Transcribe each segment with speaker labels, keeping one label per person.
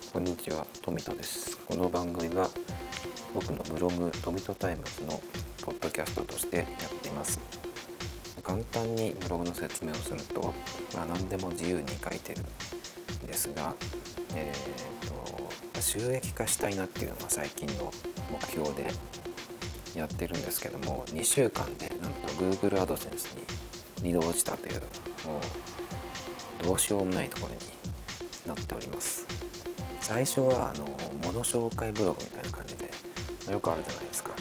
Speaker 1: こんにちは、トミトです。この番組は僕のブログトミトタイムズのポッドキャストとしてやっています。簡単にブログの説明をすると、何でも自由に書いてるんですが、収益化したいなっていうのが最近の目標でやってるんですけども、2週間でなんと Google AdSense に2度落ちたという、もうどうしようもないところになっております。最初は物紹介ブログみたいな感じでよくあるじゃないですか。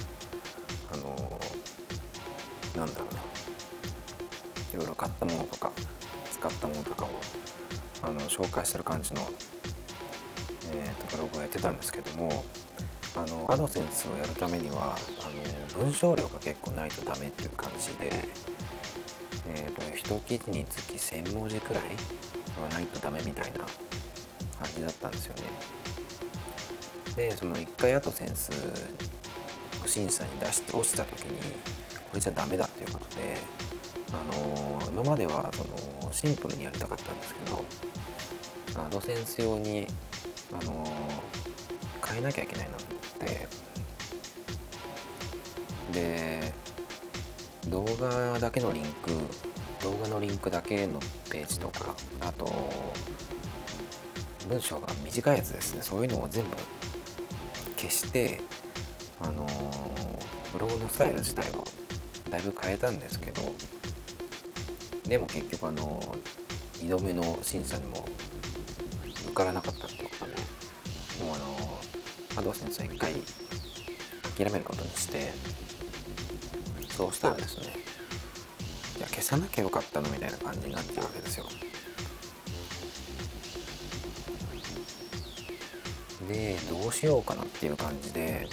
Speaker 1: なんだろうな、いろいろ買ったものとか使ったものとかを紹介してる感じの、ブログをやってたんですけども、アドセンスをやるためには文章量が結構ないとダメっていう感じで、一記事につき1000文字くらいはないとダメみたいな感じだったんですよね。でその1回アドセンス審査に出して落ちた時にこれじゃダメだっていうことで、今まではシンプルにやりたかったんですけど、アドセンス用に変えなきゃいけないなと思って、で動画のリンクだけのページとか、あと文章が短いやつですね、そういうのを全部消してブログのスタイル自体をだいぶ変えたんですけど、でも結局2度目の審査にも受からなかったってことで、もうアドセンスは一回諦めることにして、そうしたらですね、いや消さなきゃよかったのみたいな感じになってるわけですよ。でどうしようかなっていう感じで、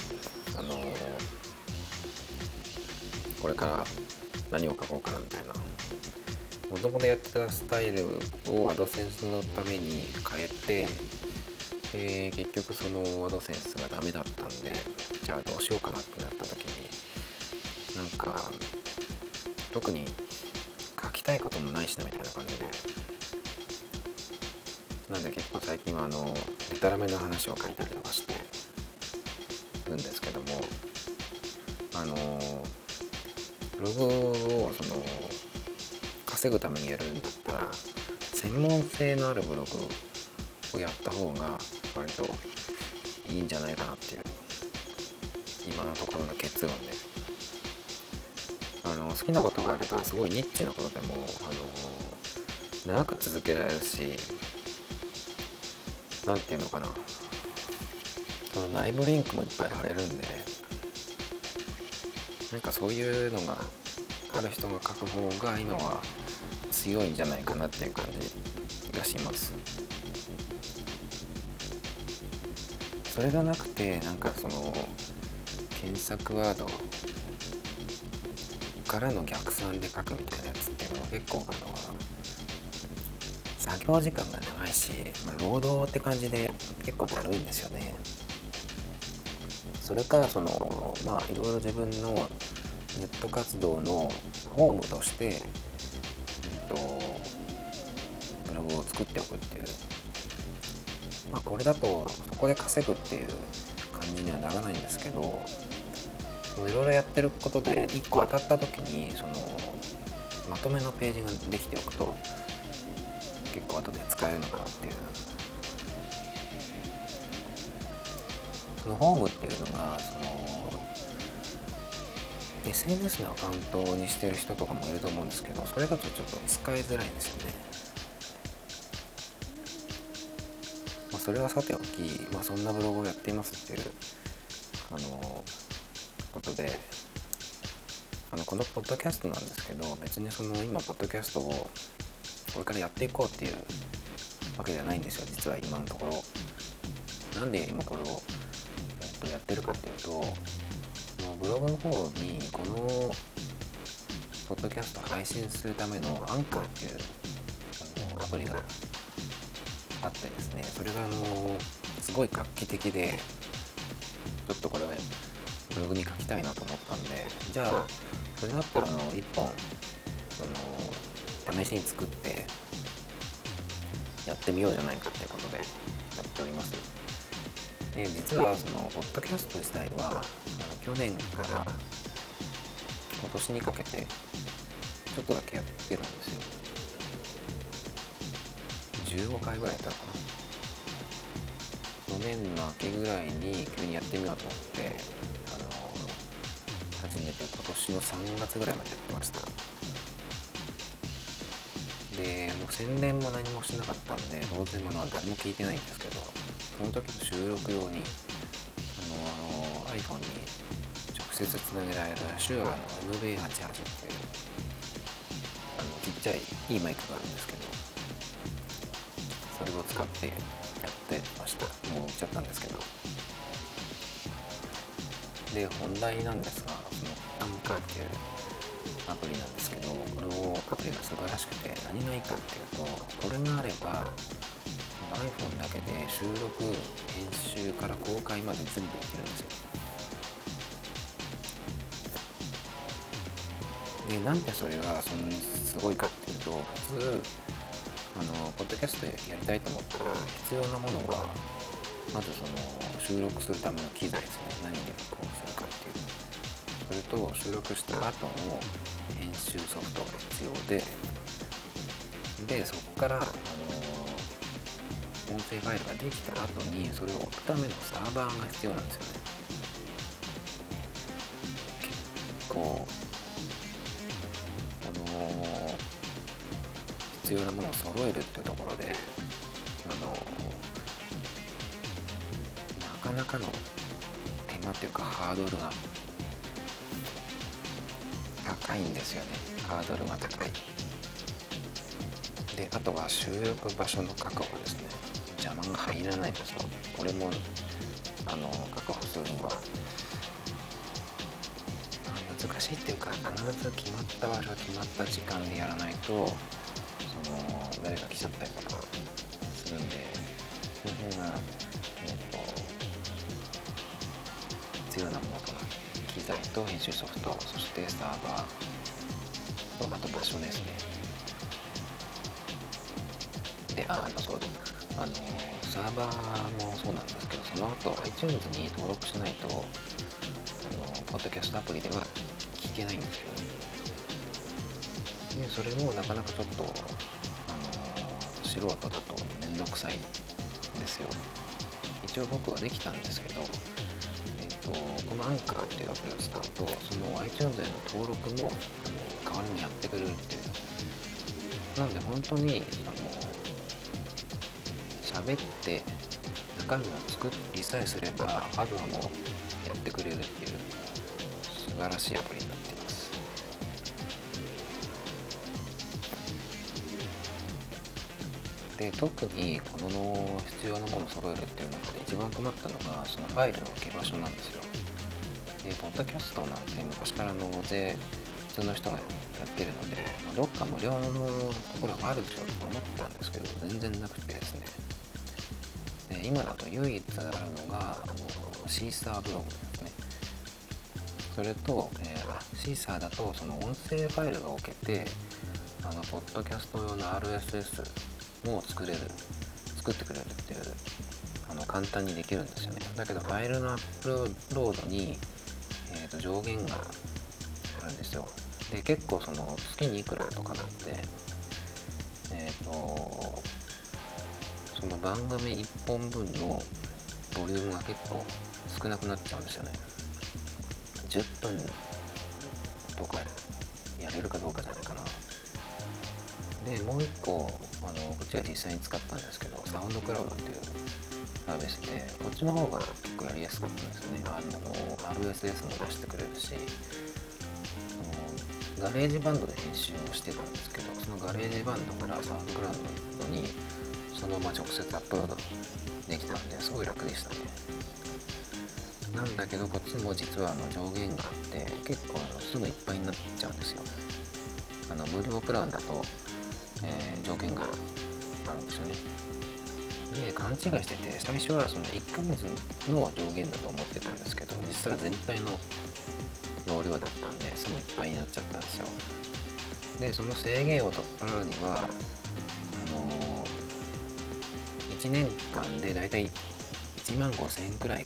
Speaker 1: これから何を書こうかなみたいな、もともとやってたスタイルをアドセンスのために変えて、結局そのアドセンスがダメだったんで、じゃあどうしようかなってなった時に、なんか特に書きたいこともないしなみたいな感じで、なんで結構最近はデタラメな話を書いたりとかしてるんですけども、ブログを稼ぐためにやるんだったら専門性のあるブログをやった方が割といいんじゃないかなっていう今のところの結論で、好きなことがあればすごいニッチなことでも長く続けられるし、なんていうのかな、その内部リンクもいっぱい貼れるんで、なんかそういうのがある人が書く方が今は強いんじゃないかなっていう感じがします。それがなくて、なんか検索ワードからの逆算で書くみたいなやつっていうのは結構作業時間が長いし、労働って感じで結構だるいんですよね。それからいろいろ自分のネット活動のホームとして、ブログを作っておくっていう、これだとそこで稼ぐっていう感じにはならないんですけど、いろいろやってることで1個当たった時にまとめのページができておくと結構後で使えるのかなっていう、そのホームっていうのがSNS のアカウントにしてる人とかもいると思うんですけど、それだとちょっと使いづらいんですよね。それはさておき、そんなブログをやっていますっていうことで、このポッドキャストなんですけど、別に今ポッドキャストをこれからやっていこうっていうわけじゃないんですよ、実は今のところ。なんで今これを、やってるかっていうと、ブログの方にこのポッドキャストを配信するためのアンカーっていうアプリがあってですね、それがすごい画期的で、ちょっとこれはブログに書きたいなと思ったんで、じゃあそれだったら1本試しに作ってやってみようじゃないかっていうことでやっております。 で実はそのポッドキャスト自体は去年から今年にかけてちょっとだけやってるんですよ。15回ぐらいやったのかな。去年の秋ぐらいに急にやってみようと思って始めて、今年の3月ぐらいまでやってました。で宣伝も何もしなかったんで当然誰も聞いてないんですけど、その時の収録用にiPhone に直接つなげられるシュアの MV88 っていうちっちゃいいいマイクがあるんですけど、それを使ってやってました。もう売っちゃったんですけど。で本題なんですが、そのアンカーっていうアプリなんですけど、このアプリが素晴らしくて何がいいかっていうと、これがあれば iPhone だけで収録、編集から公開まで全部できるんですよ。でなんでそれがそんなにすごいかっていうと、普通ポッドキャストやりたいと思ったら必要なものはまずその収録するための機材ですね。何で録音するかっていう、それと収録した後の編集ソフトが必要で、そこから音声ファイルができた後にそれを置くためのサーバーが必要なんですよね。結構必要なものを揃えるっていうところでなかなかの手間っていうかハードルが高いんですよね。ハードルが高い。であとは収録場所の確保ですね。邪魔が入らない場所、これも確保するのは難しいっていうか、必ず決まった場所、決まった時間でやらないと誰か来ちゃったりとかするんで、その辺が必要なものと機材と編集ソフト、そしてサーバーとあと場所ですね。でそうだサーバーもそうなんですけど、その後 iTunes に登録しないとポッドキャストアプリでは聞けないんですよね。でそれもなかなかちょっと素人だとめんどくさいんですよ。一応僕はできたんですけど、このアンカーっていうアプリを使うとその iTunes への登録も代わりにやってくれるっていう。なので本当に喋って中身を作りさえすればあとはもうやってくれるっていう素晴らしいアプリになっています。で特にこの必要なものを揃えるっていう中で一番困ったのがそのファイルの置き場所なんですよ。でポッドキャストなんて昔から普通の人がやってるので、どっか無料のところがあるでしょうと思ったんですけど、全然なくてですね。で今だと唯一あるのがシーサーブログですね。それと、シーサーだとその音声ファイルが置けてポッドキャスト用の RSS も作ってくれるっていう簡単にできるんですよね。だけどファイルのアップロードに、上限があるんですよ。で結構月にいくらとかなんでその番組1本分のボリュームが結構少なくなっちゃうんですよね。10分とかやれるかどうかじゃないかな。でもう一個こっちが実際に使ったんですけど、サウンドクラウドっていうサービスで、こっちの方が結構やりやすかったんですよね。RSS も出してくれるし、ガレージバンドで編集をしてたんですけど、そのガレージバンドからサウンドクラウドにそのまま直接アップロードできたんですごい楽でしたね。なんだけどこっちも実は上限があって結構すぐいっぱいになっちゃうんですよ。無料プランだと、上限があるんですよね。で勘違いしてて、最初はその1ヶ月の上限だと思ってたんですけど、実は全体の容量だったんですぐいっぱいになっちゃったんですよ。でその制限を取っ払うには1年間でだいたい1 1万5,000円くらいか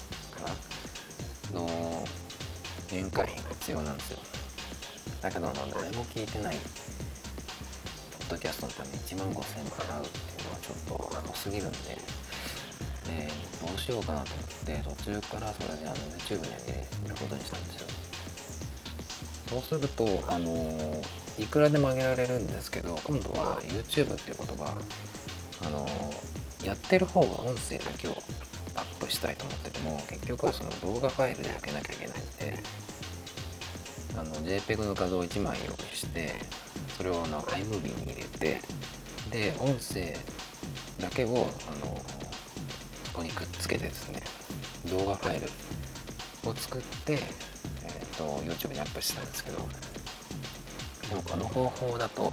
Speaker 1: なの年会費が必要なんですよ。だけど誰も聞いてないポッドキャストのために1万5,000円払うっていうのはちょっと高すぎるんで、どうしようかなと思って途中からそれでYouTube に上げることにしたんですよ。そうするといくらでも上げられるんですけど、今度は YouTube っていう言葉やってる方が音声だけをアップしたいと思ってても、結局はその動画ファイルで上げなきゃいけないんで、JPEG の画像を1枚用意して、それをiMovie に入れて、で音声だけをそこにくっつけてですね、動画ファイルを作って、YouTube にアップしたんですけど、でもこの方法だと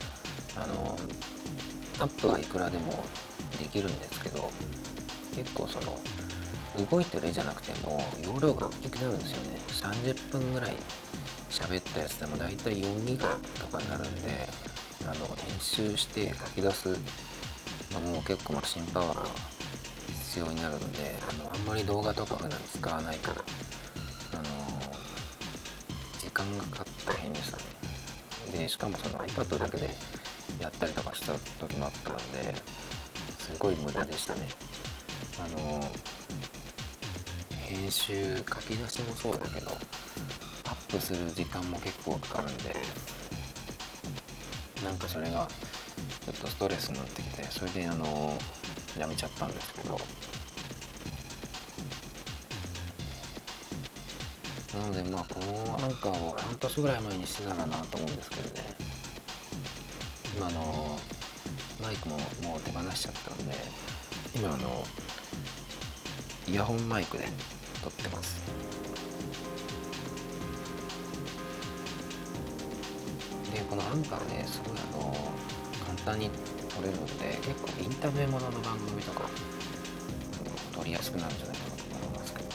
Speaker 1: アップはいくらでもできるんですけど、結構動いてる絵じゃなくても容量が大きくなるんですよね。30分ぐらい喋ったやつでもだいたい4ギガとかになるんで、編集して書き出すのも結構マシンパワーが必要になるので、あんまり動画とか普段使わないから時間がかかった変でしたね。でしかもiPad だけでやったりとかした時もあったので、すごい無駄でしたね。編集書き出しもそうだけどアップする時間も結構かかるんで、なんかそれがちょっとストレスになってきて、それでやめちゃったんですけど、なのでこのアンカーを半年ぐらい前にしてたらなと思うんですけどね、今マイクももう手放しちゃったんで、今イヤホンマイクで撮ってます。でこのアンカーですごい簡単に撮れるので、結構インタビューものの番組とか撮りやすくなるんじゃないかなと思いますけど、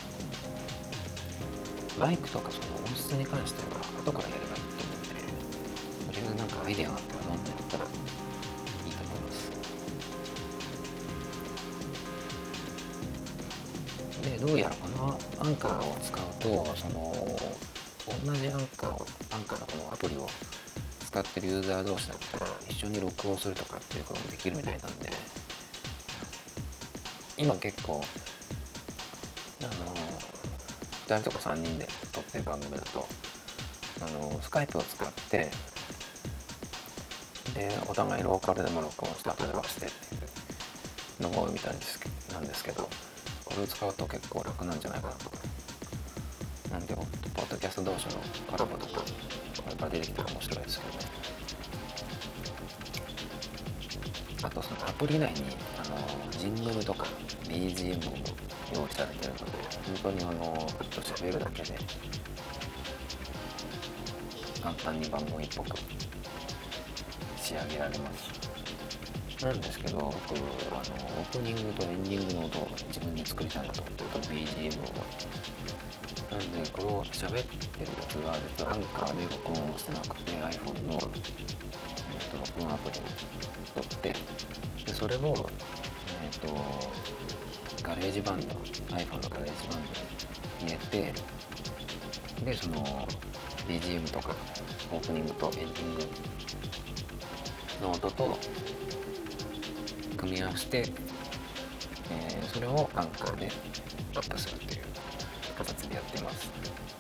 Speaker 1: マイクとか音質に関しては後からやればいいと思うんで、それがなんかアイデアがあったらどんどんやったらいいと思います。でどうやらこのアンカーを使うと同じアンカーのこのアプリを使ってるユーザー同士だったら一緒に録音するとかっていうこともできるみたいなんで、今結構2人とか3人で撮ってる番組だとスカイプを使って、でお互いローカルでも録音して後で出してっていうのが多いみたいなんですけど、これを使うと結構楽なんじゃないかなと。なんでポッドキャスト同士のコラボとかこれから出てきたら面白いですけどね。あとアプリ内にジングルとか BGM も用意されてるので、本当に喋るだけで簡単に番組っぽく仕上げられます。なんですけど、僕オープニングとエンディングの音を自分で作りたいなと思ってると BGM を、なんでこの喋ってるやつが実はアンカーで録音をしてなくて iPhone の、録音アプリに撮って、でそれを、ガレージバンド iPhone のガレージバンドに入れて、でBGM とかオープニングとエンディングの音と組み合わせて、それをアンカーでアップするっていう形でやっています。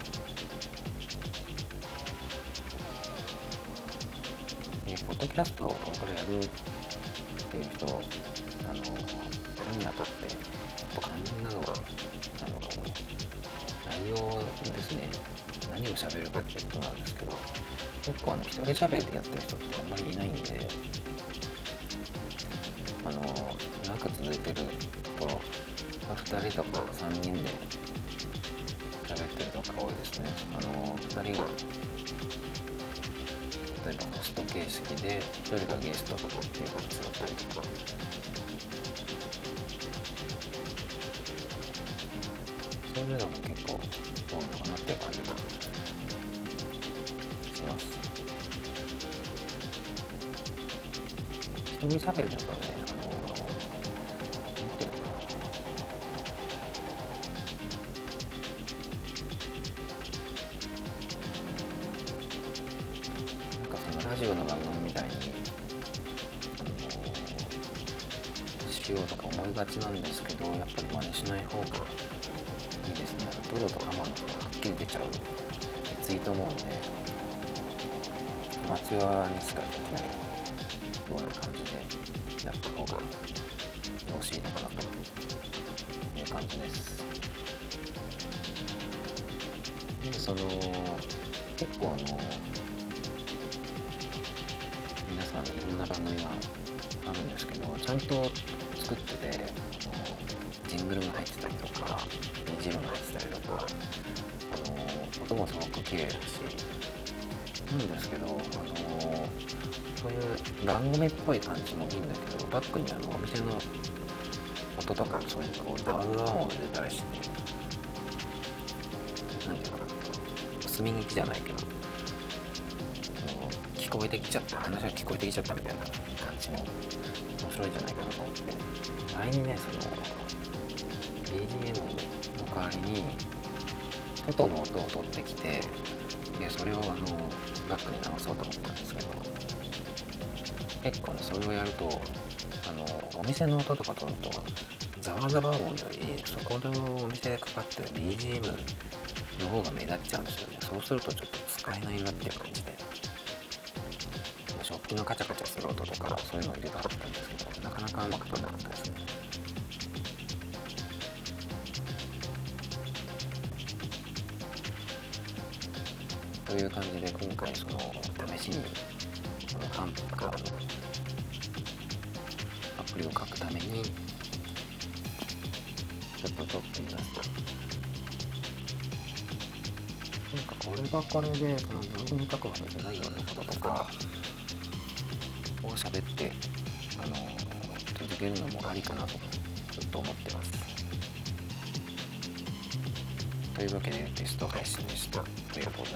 Speaker 1: ポッドキャストをこれやるっていう人、やるにあたって肝心なのは内容ですね。何を喋るかっていうことなんですけど、結構一人喋りでやってる人ってあんまりいないんで、長く続いてると2人とか3人で喋ってるのが多いですね。2人が例えばホスト形式で1人がゲストとかっていう形だったりとか、そういうのも結構多いのかなっていう感じがします。一人喋りだとね、 しようとか思いがちなんですけど、やっぱり真似しない方がいいですね。ドロとかマのはっきり出ちゃうツイート思うんで、アマチュアにしかできないような感じでやった方がよろしいのかなという感じです。で結構皆さんいろんな番組があるんですけど、ちゃんと作っててジングルが入ってたりとか BGM が入ってたりとか音もすごく綺麗だしなんですけど、そういう番組っぽい感じもいいんだけど、バックにお店の音とかそういうこうザワザワ音が出たりして、なんていうかな、隅聞きじゃないけど聞こえてきちゃった、話が聞こえてきちゃったみたいな感じも面白いんじゃないかなと思って、前にねBGM の代わりに外の音を取ってきて、でそれをバックに流そうと思ったんですけど、結構ねそれをやるとお店の音とか取るとザワザワ音よりそこのお店でかかってる BGM の方が目立っちゃうんですよね。そうするとちょっと使えないなっていう感じで、食器のカチャカチャする音とかそういうのを入れたかったんですけど、なかなかうまく取れなかったですね。という感じで今回試しにカンプからのアプリを書くためにちょっと撮ってみました。なんかこれがこれでブログに書くわけじゃないようなこととかを喋って続けるのもありかなとちょっと思ってます。というわけでテスト配信でした。ありがとうございます。